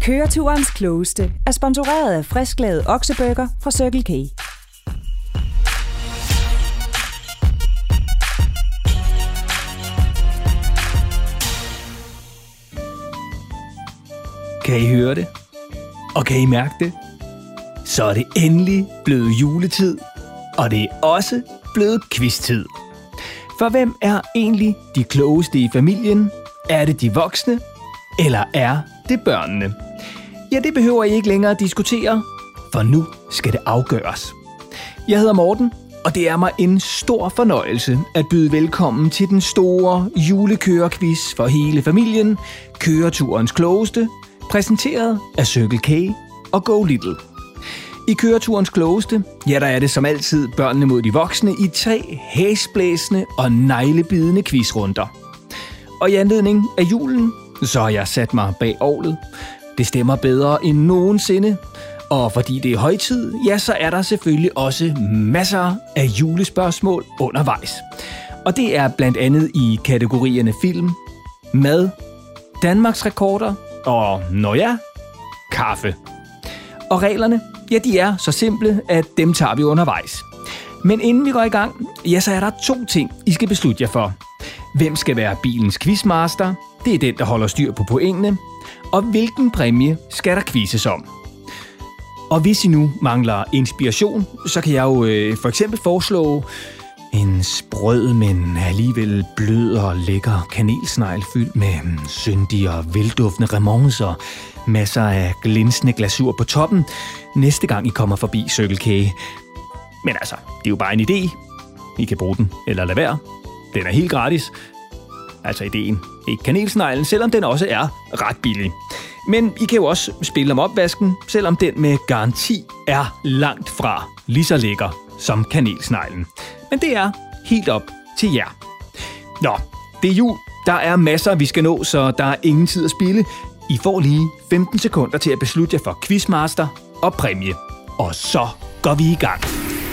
Køreturens klogeste er sponsoreret af frisklavet okseburger fra Circle K. Kan I høre det? Og kan I mærke det? Så er det endelig blevet juletid, og det er også blevet quiz-tid. For hvem er egentlig de klogeste i familien? Er det de voksne, eller er det børnene? Ja, det behøver I ikke længere at diskutere, for nu skal det afgøres. Jeg hedder Morten, og det er mig en stor fornøjelse at byde velkommen til den store julekørequiz for hele familien, Køreturens klogeste, præsenteret af Circle K og Go Little. I Køreturens klogeste, ja, der er det som altid børnene mod de voksne i 3 hæsblæsende og neglebidende quizrunder. Og i anledning af julen, så har jeg sat mig bag orglet. Det stemmer bedre end nogensinde, og fordi det er højtid, ja, så er der selvfølgelig også masser af julespørgsmål undervejs. Og det er blandt andet i kategorierne film, mad, Danmarks rekorder og, kaffe. Og reglerne, ja, de er så simple, at dem tager vi undervejs. Men inden vi går i gang, ja, så er der 2 ting, I skal beslutte jer for. Hvem skal være bilens quizmaster? Det er den, der holder styr på pointene. Og hvilken præmie skal der quizzes om? Og hvis I nu mangler inspiration, så kan jeg jo for eksempel foreslå en sprød, men alligevel blød og lækker kanelsnegl fyldt med syndige og velduftende remonce og masser af glinsende glasur på toppen, næste gang I kommer forbi Circle K. Men altså, det er jo bare en idé. I kan bruge den eller lade være. Den er helt gratis. Altså ideen, ikke kanelsneglen, selvom den også er ret billig. Men I kan jo også spille om opvasken, selvom den med garanti er langt fra lige så lækker som kanelsneglen. Men det er helt op til jer. Nå, det er jul. Der er masser, vi skal nå, så der er ingen tid at spilde. I får lige 15 sekunder til at beslutte jer for quizmaster og præmie. Og så går vi i gang.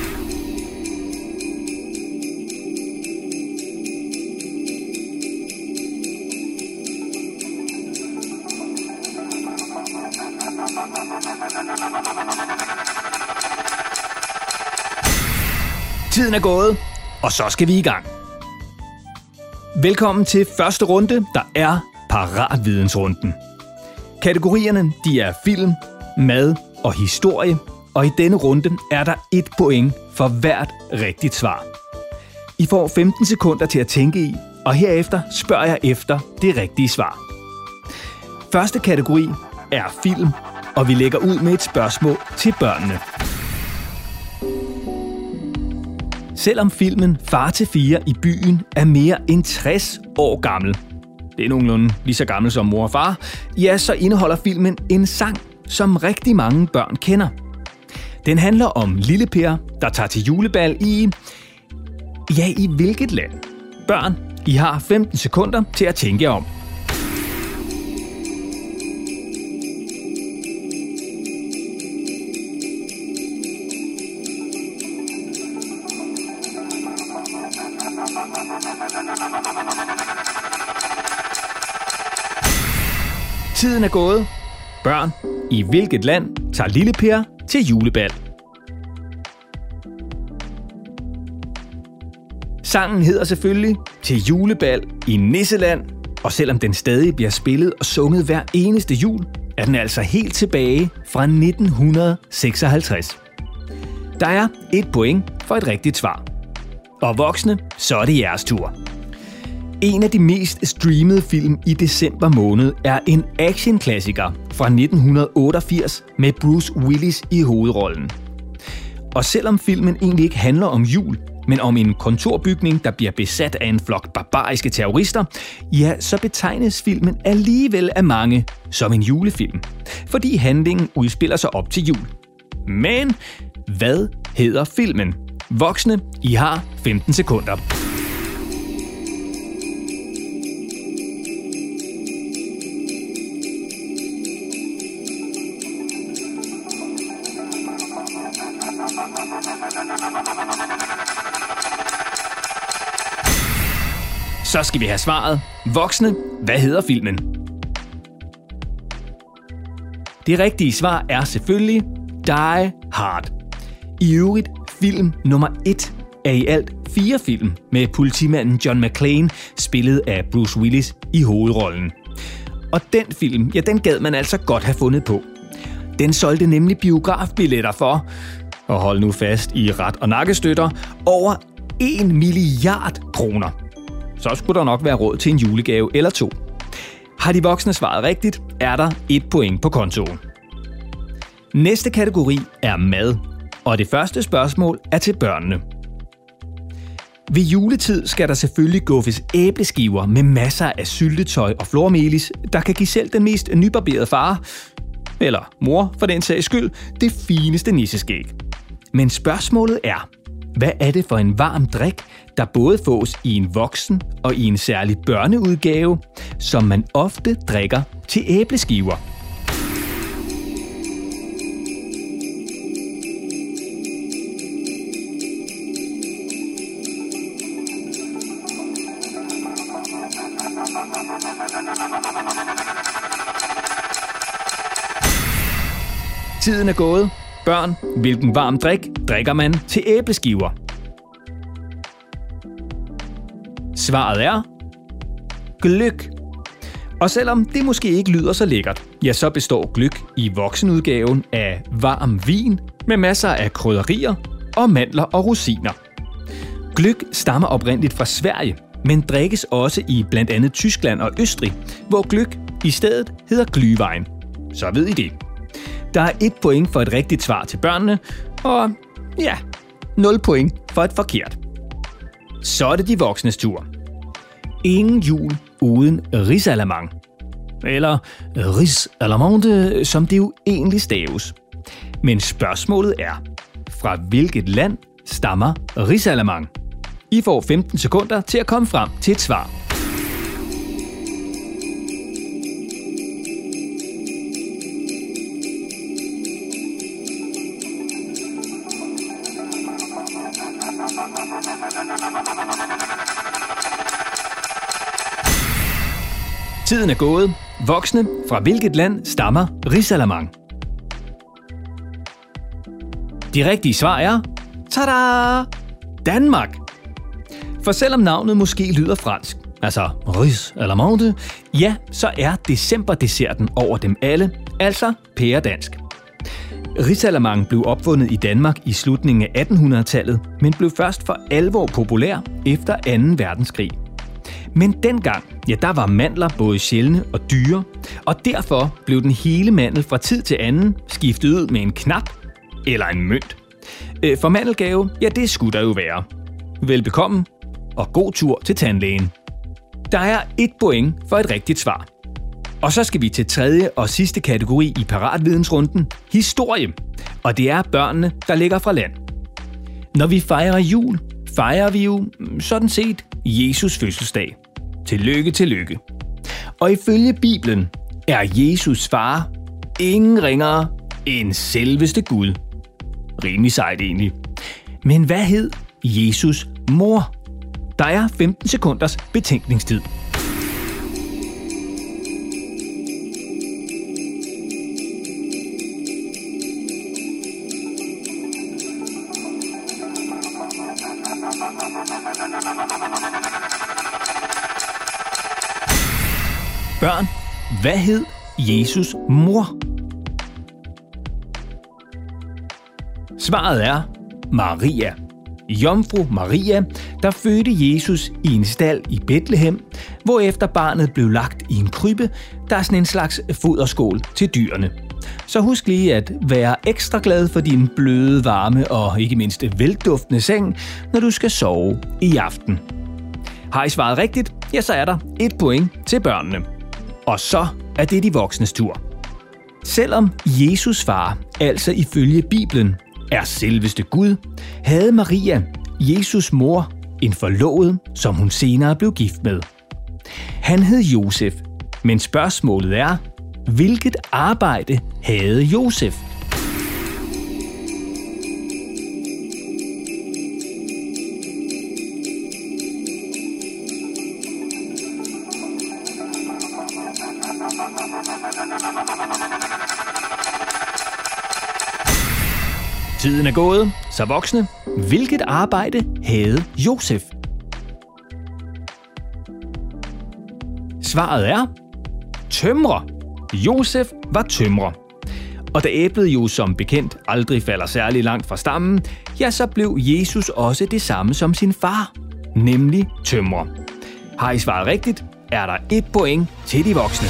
Tiden er gået, og så skal vi i gang. Velkommen til første runde, der er paratvidensrunden. Kategorierne, de er film, mad og historie, og i denne runde er der 1 point for hvert rigtigt svar. I får 15 sekunder til at tænke i, og herefter spørger jeg efter det rigtige svar. Første kategori er film, og vi lægger ud med et spørgsmål til børnene. Selvom filmen Far til 4 i byen er mere end 60 år gammel, det er nogenlunde lige så gammel som mor og far, ja, så indeholder filmen en sang, som rigtig mange børn kender. Den handler om Lille Per, der tager til julebal i hvilket land? Børn, I har 15 sekunder til at tænke jer om. Tiden er gået. Børn, i hvilket land tager Lille Per til julebal? Sangen hedder selvfølgelig Til julebal i Nisseland, og selvom den stadig bliver spillet og sunget hver eneste jul, er den altså helt tilbage fra 1956. Der er 1 point for et rigtigt svar. Og voksne, så er det jeres tur. En af de mest streamede film i december måned er en actionklassiker fra 1988 med Bruce Willis i hovedrollen. Og selvom filmen egentlig ikke handler om jul, men om en kontorbygning, der bliver besat af en flok barbariske terrorister, ja, så betegnes filmen alligevel af mange som en julefilm, fordi handlingen udspiller sig op til jul. Men hvad hedder filmen? Voksne, I har 15 sekunder. Så skal vi have svaret. Voksne, hvad hedder filmen? Det rigtige svar er selvfølgelig Die Hard. I øvrigt film nummer 1 af i alt 4 film med politimanden John McClane, spillet af Bruce Willis i hovedrollen. Og den film, ja, den gad man altså godt have fundet på. Den solgte nemlig biografbilletter for, og hold nu fast i ret og nakkestøtter, over 1 milliard kroner. Så skulle der nok være råd til en julegave eller 2. Har de voksne svaret rigtigt, er der 1 point på kontoen. Næste kategori er mad, og det første spørgsmål er til børnene. Ved juletid skal der selvfølgelig guffes æbleskiver med masser af syltetøj og flormelis, der kan give selv den mest nybarberede far, eller mor for den sags skyld, det fineste nisseskæg. Men spørgsmålet er, hvad er det for en varm drik, der både fås i en voksen og i en særlig børneudgave, som man ofte drikker til æbleskiver? Tiden er gået. Børn, hvilken varm drik drikker man til æbleskiver? Svaret er gløgg. Og selvom det måske ikke lyder så lækkert, ja, så består gløgg i voksenudgaven af varm vin med masser af krydderier og mandler og rosiner. Gløgg stammer oprindeligt fra Sverige, men drikkes også i blandt andet Tyskland og Østrig, hvor gløgg i stedet hedder glühwein. Så ved I det. Der er 1 point for et rigtigt svar til børnene, og 0 point for et forkert. Så er det de voksnes tur. Ingen jul uden risalamande. Eller risalamande, som det jo egentlig staves. Men spørgsmålet er, fra hvilket land stammer risalamande? I får 15 sekunder til at komme frem til et svar. Tiden er gået. Voksne, fra hvilket land stammer risalamande? De rigtige svar er... Tada! Danmark! For selvom navnet måske lyder fransk, altså risalamande, ja, så er decemberdesserten over dem alle, altså pæredansk. Risalamande blev opfundet i Danmark i slutningen af 1800-tallet, men blev først for alvor populær efter 2. verdenskrig. Men dengang, ja, der var mandler både sjældne og dyre, og derfor blev den hele mandel fra tid til anden skiftet ud med en knap eller en mønt. For mandelgave, ja, det skulle der jo være. Velbekomme, og god tur til tandlægen. Der er 1 point for et rigtigt svar. Og så skal vi til tredje og sidste kategori i paratvidensrunden, historie. Og det er børnene, der ligger fra land. Når vi fejrer jul, fejrer vi jo sådan set Jesus fødselsdag. Tillykke, tillykke. Og ifølge Bibelen er Jesus far ingen ringere end selveste Gud. Rimelig sejt egentlig. Men hvad hed Jesus mor? Der er 15 sekunders betænkningstid. Børn, hvad hed Jesus mor? Svaret er Maria. Jomfru Maria, der fødte Jesus i en stald i Bethlehem, hvorefter barnet blev lagt i en krybbe, der er sådan en slags foderskål til dyrene. Så husk lige at være ekstra glad for din bløde, varme og ikke mindst velduftende seng, når du skal sove i aften. Har I svaret rigtigt, ja, så er der 1 point til børnene. Og så er det de voksnes tur. Selvom Jesus far, altså ifølge Bibelen, er selveste Gud, havde Maria, Jesus mor, en forlovet, som hun senere blev gift med. Han hed Josef, men spørgsmålet er, hvilket arbejde havde Josef? Tiden er gået, så voksne. Hvilket arbejde havde Josef? Svaret er tømrer. Josef var tømrer. Og da æblet jo som bekendt aldrig falder særlig langt fra stammen, ja, så blev Jesus også det samme som sin far, nemlig tømrer. Har I svaret rigtigt, er der 1 point til de voksne.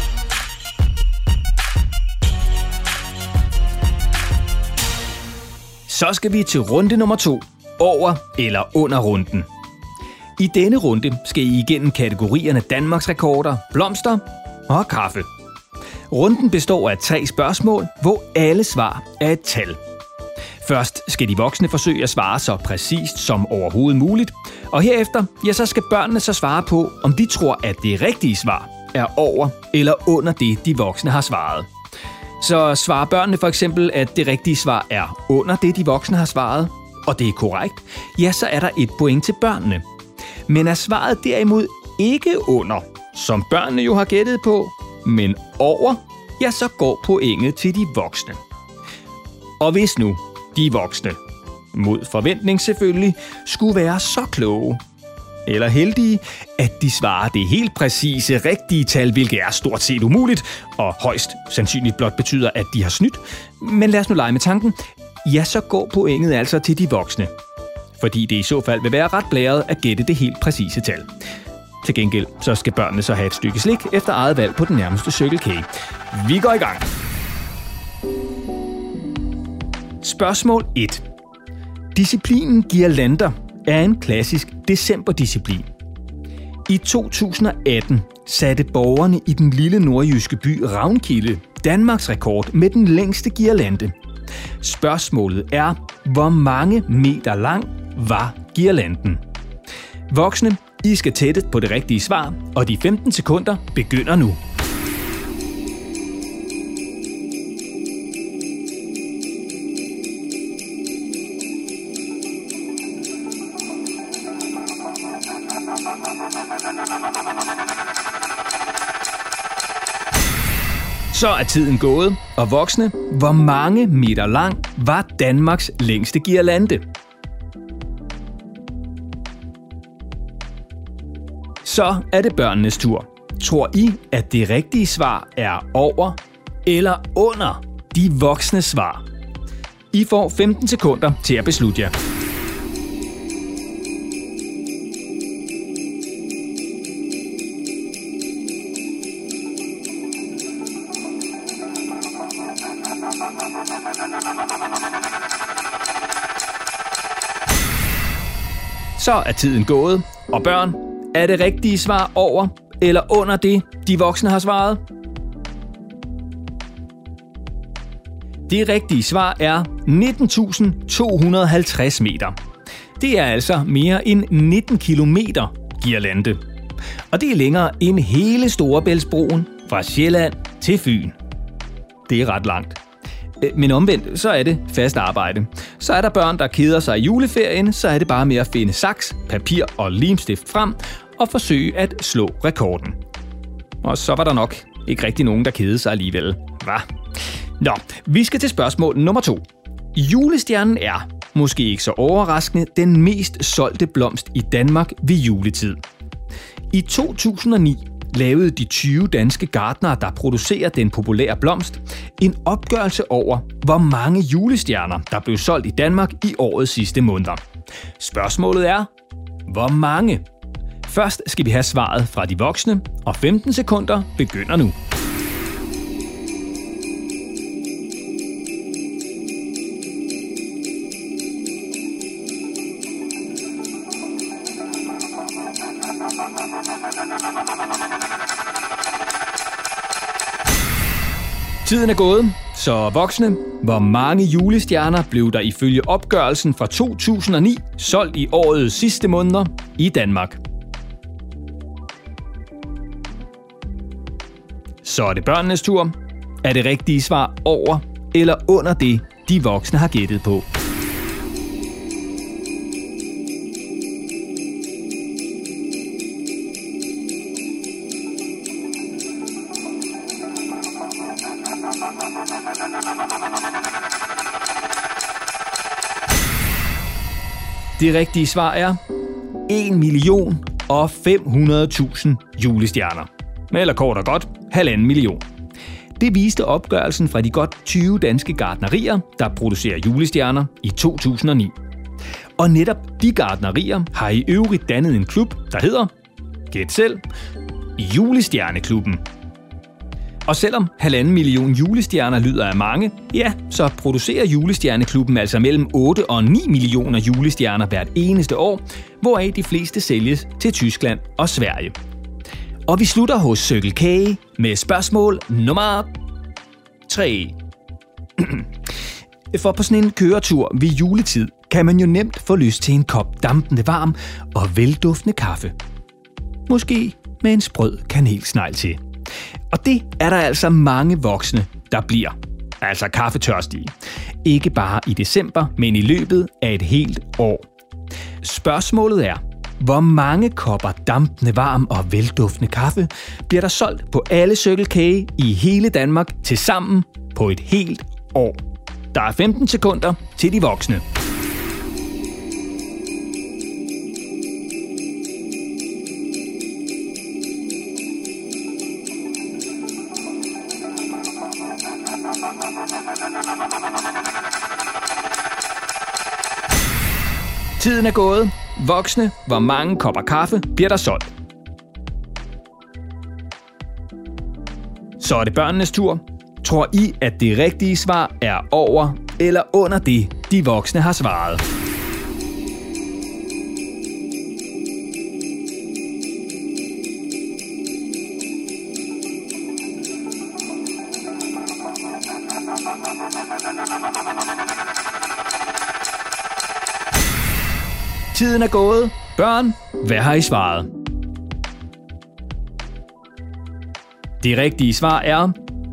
Så skal vi til runde nummer 2, over eller under runden. I denne runde skal I igennem kategorierne Danmarks rekorder, blomster og kaffe. Runden består af 3 spørgsmål, hvor alle svar er et tal. Først skal de voksne forsøge at svare så præcist som overhovedet muligt, og herefter ja, så skal børnene så svare på, om de tror, at det rigtige svar er over eller under det, de voksne har svaret. Så svarer børnene for eksempel, at det rigtige svar er under det, de voksne har svaret, og det er korrekt, ja, så er der 1 point til børnene. Men er svaret derimod ikke under, som børnene jo har gættet på, men over, ja, så går pointet til de voksne. Og hvis nu de voksne, mod forventning selvfølgelig, skulle være så kloge eller heldige, at de svarer det helt præcise rigtige tal, hvilket er stort set umuligt, og højst sandsynligt blot betyder, at de har snydt. Men lad os nu lege med tanken. Ja, så går pointet altså til de voksne. Fordi det i så fald vil være ret blæret at gætte det helt præcise tal. Til gengæld så skal børnene så have et stykke slik efter eget valg på den nærmeste Circle K. Vi går i gang. Spørgsmål 1. Disciplinen guirlander er en klassisk decemberdisciplin. I 2018 satte borgerne i den lille nordjyske by Ravnkilde Danmarks rekord med den længste guirlande. Spørgsmålet er, hvor mange meter lang var guirlanden? Voksne, I skal tætte på det rigtige svar, og de 15 sekunder begynder nu. Så er tiden gået, og voksne, hvor mange meter lang var Danmarks længste guirlande? Så er det børnenes tur. Tror I, at det rigtige svar er over eller under de voksne svar? I får 15 sekunder til at beslutte jer. Så er tiden gået, og børn, er det rigtige svar over eller under det, de voksne har svaret? Det rigtige svar er 19.250 meter. Det er altså mere end 19 kilometer guirlande. Og det er længere end hele Storebæltsbroen fra Sjælland til Fyn. Det er ret langt. Men omvendt, så er det fast arbejde. Så er der børn, der keder sig i juleferien, så er det bare med at finde saks, papir og limstift frem og forsøge at slå rekorden. Og så var der nok ikke rigtig nogen, der kedede sig alligevel. Hva? Nå, vi skal til spørgsmål nummer 2. Julestjernen er, måske ikke så overraskende, den mest solgte blomst i Danmark ved juletid. I 2009 lavede de 20 danske gartnere, der producerer den populære blomst, en opgørelse over, hvor mange julestjerner, der blev solgt i Danmark i årets sidste måneder. Spørgsmålet er, hvor mange? Først skal vi have svaret fra de voksne, og 15 sekunder begynder nu. Tiden er gået, så voksne, hvor mange julestjerner blev der ifølge opgørelsen fra 2009 solgt i årets sidste måneder i Danmark? Så er det børnenes tur. Er det rigtige svar over eller under det, de voksne har gættet på? Det rigtige svar er 1.500.000 julestjerner. Eller kort og godt, 1,5 million. Det viste opgørelsen fra de godt 20 danske gartnerier, der producerer julestjerner i 2009. Og netop de gartnerier har i øvrigt dannet en klub, der hedder, gæt selv, Julestjerneklubben. Og selvom 1,5 million julestjerner lyder af mange, ja, så producerer Julestjerneklubben altså mellem 8 og 9 millioner julestjerner hvert eneste år, hvoraf de fleste sælges til Tyskland og Sverige. Og vi slutter hos Circle K med spørgsmål nummer 3. For på sådan en køretur ved juletid kan man jo nemt få lyst til en kop dampende varm og velduftende kaffe. Måske med en sprød kanelsnegl til. Og det er der altså mange voksne, der bliver. Altså kaffetørstige. Ikke bare i december, men i løbet af et helt år. Spørgsmålet er, hvor mange kopper dampende varm og velduftende kaffe bliver der solgt på alle Circle K i hele Danmark til sammen på et helt år? Der er 15 sekunder til de voksne. Tiden er gået. Voksne, hvor mange kopper kaffe bliver der solgt? Så er det børnenes tur. Tror I, at det rigtige svar er over eller under det, de voksne har svaret? Tiden er gået. Børn, hvad har I svaret? Det rigtige svar er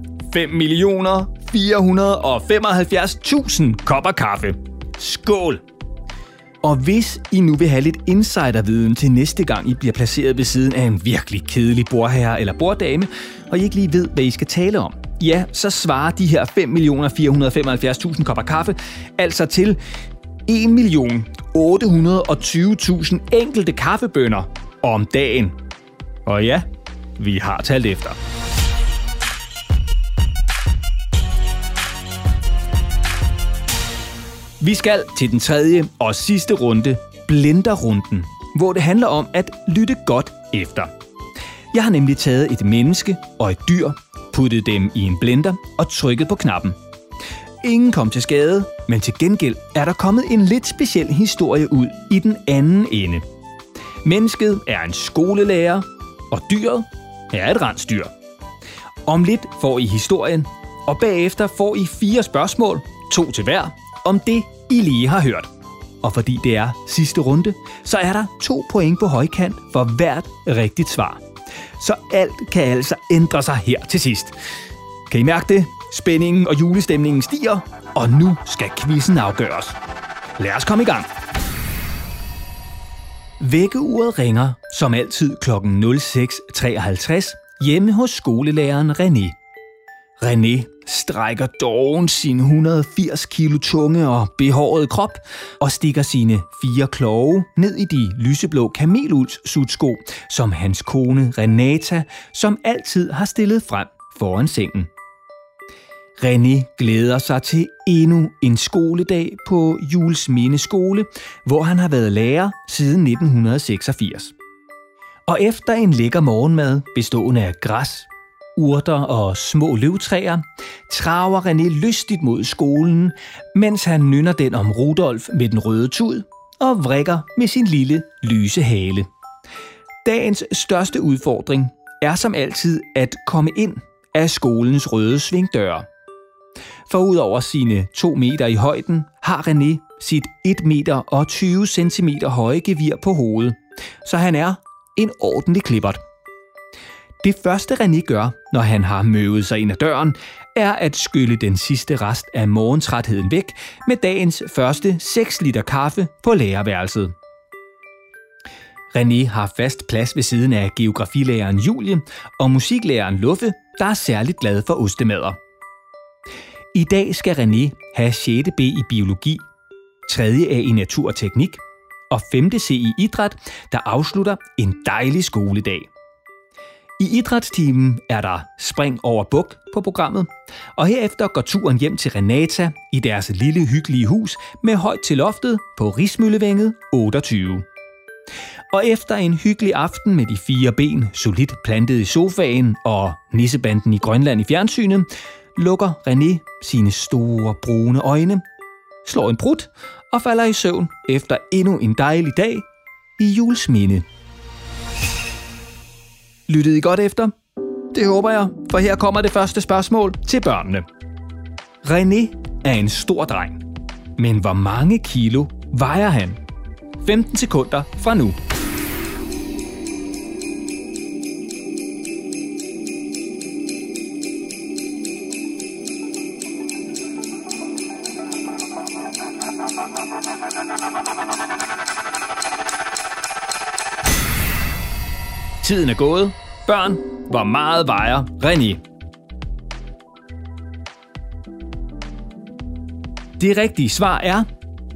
5.475.000 kopper kaffe. Skål! Og hvis I nu vil have lidt insiderviden til næste gang, I bliver placeret ved siden af en virkelig kedelig bordherre eller borddame, og I ikke lige ved, hvad I skal tale om, ja, så svarer de her 5.475.000 kopper kaffe altså til 1.820.000 enkelte kaffebønner om dagen. Og ja, vi har talt efter. Vi skal til den tredje og sidste runde, blenderrunden, hvor det handler om at lytte godt efter. Jeg har nemlig taget et menneske og et dyr, puttet dem i en blender og trykket på knappen. Ingen kom til skade, men til gengæld er der kommet en lidt speciel historie ud i den anden ende. Mennesket er en skolelærer, og dyret er et rensdyr. Om lidt får I historien, og bagefter får I 4 spørgsmål, 2 til hver, om det, I lige har hørt. Og fordi det er sidste runde, så er der 2 point på højkant for hvert rigtigt svar. Så alt kan altså ændre sig her til sidst. Kan I mærke det? Spændingen og julestemningen stiger, og nu skal quizzen afgøres. Lad os komme i gang. Vækkeuret ringer som altid kl. 06.53 hjemme hos skolelæreren René. René strækker doven sin 180 kilo tunge og behårede krop og stikker sine 4 kloge ned i de lyseblå kamelulds-sutsko, som hans kone Renata som altid har stillet frem foran sengen. René glæder sig til endnu en skoledag på Juelsminde Skole, hvor han har været lærer siden 1986. Og efter en lækker morgenmad bestående af græs, urter og små løvtræer, traver René lystigt mod skolen, mens han nynner den om Rudolf med den røde tud og vrikker med sin lille lyse hale. Dagens største udfordring er som altid at komme ind af skolens røde svingdøre. For ud over sine 2 meter i højden har René sit 1 meter og 20 centimeter høje gevir på hovedet, så han er en ordentlig klippert. Det første René gør, når han har møvet sig ind ad døren, er at skylle den sidste rest af morgentrætheden væk med dagens første 6 liter kaffe på lærerværelset. René har fast plads ved siden af geografilæreren Julie og musiklæreren Luffe, der er særligt glad for ostemadder. I dag skal René have 6. B i biologi, 3. A i naturteknik, og 5. C i idræt, der afslutter en dejlig skoledag. I idrætstimen er der spring over buk på programmet, og herefter går turen hjem til Renata i deres lille hyggelige hus med højt til loftet på Rismøllevænget 28. Og efter en hyggelig aften med de 4 ben solidt plantet i sofaen og nissebanden i Grønland i fjernsynet, lukker René sine store brune øjne, slår en prut og falder i søvn efter endnu en dejlig dag i Juelsminde. Lyttede I godt efter? Det håber jeg, for her kommer det første spørgsmål til børnene. René er en stor dreng, men hvor mange kilo vejer han? 15 sekunder fra nu. Tiden er gået. Børn, hvor meget vejer René? Det rigtige svar er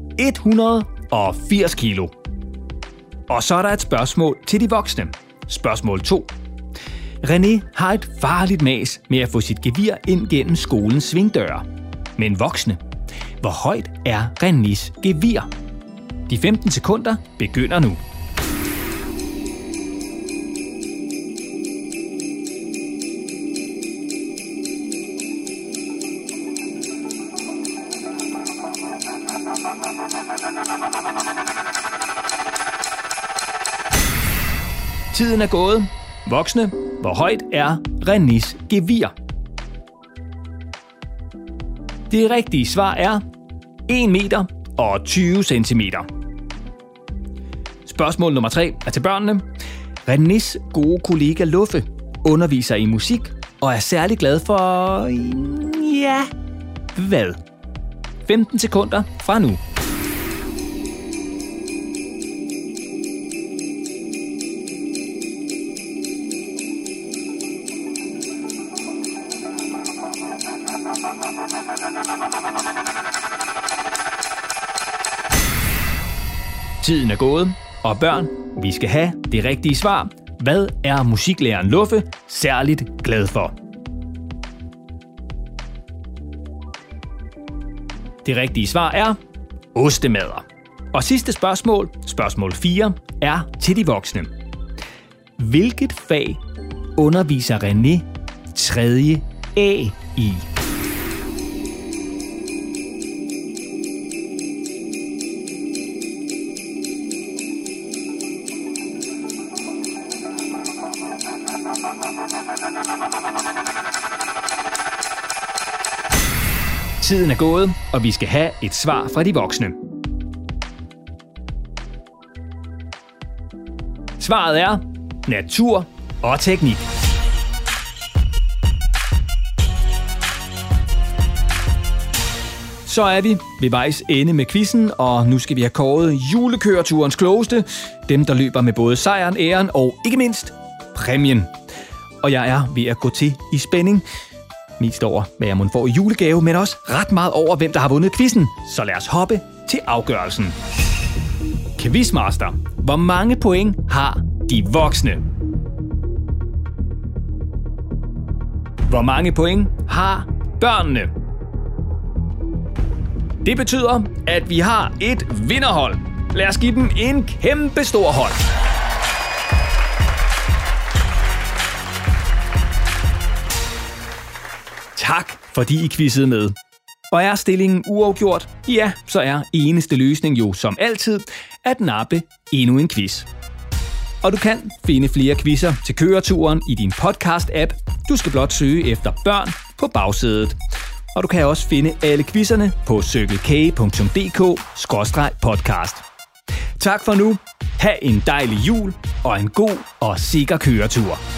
180 kilo. Og så er der et spørgsmål til de voksne. Spørgsmål 2. René har et farligt mas med at få sit gevir ind gennem skolens svingdøre. Men voksne, hvor højt er Renés gevir? De 15 sekunder begynder nu. Tiden er gået. Voksne, hvor højt er Renés gevir? Det rigtige svar er 1 meter og 20 centimeter. Spørgsmål nummer 3 er til børnene. Renés gode kollega Luffe underviser i musik og er særlig glad for... ja... hvad? 15 sekunder fra nu. Tiden er gået, og børn, vi skal have det rigtige svar. Hvad er musiklæreren Luffe særligt glad for? Det rigtige svar er ostemadder. Og sidste spørgsmål, spørgsmål 4, er til de voksne. Hvilket fag underviser René 3. A i? Tiden er gået, og vi skal have et svar fra de voksne. Svaret er natur og teknik. Så er vi ved vejs ende med quizzen, og nu skal vi have kåret julekøreturens klogeste. Dem, der løber med både sejren, æren og ikke mindst præmien. Og jeg er ved at gå til i spænding. Mest over, hvad jeg må få i julegave, men også ret meget over, hvem der har vundet quizzen. Så lad os hoppe til afgørelsen. Quizmaster, hvor mange point har de voksne? Hvor mange point har børnene? Det betyder, at vi har et vinderhold. Lad os give dem en kæmpe stor hånd. Tak, fordi I quizzede med. Og er stillingen uafgjort? Ja, så er eneste løsning jo som altid at nappe endnu en quiz. Og du kan finde flere quizzer til køreturen i din podcast-app. Du skal blot søge efter børn på bagsædet. Og du kan også finde alle quizzerne på cirkelk.dk/podcast. Tak for nu. Ha' en dejlig jul og en god og sikker køretur.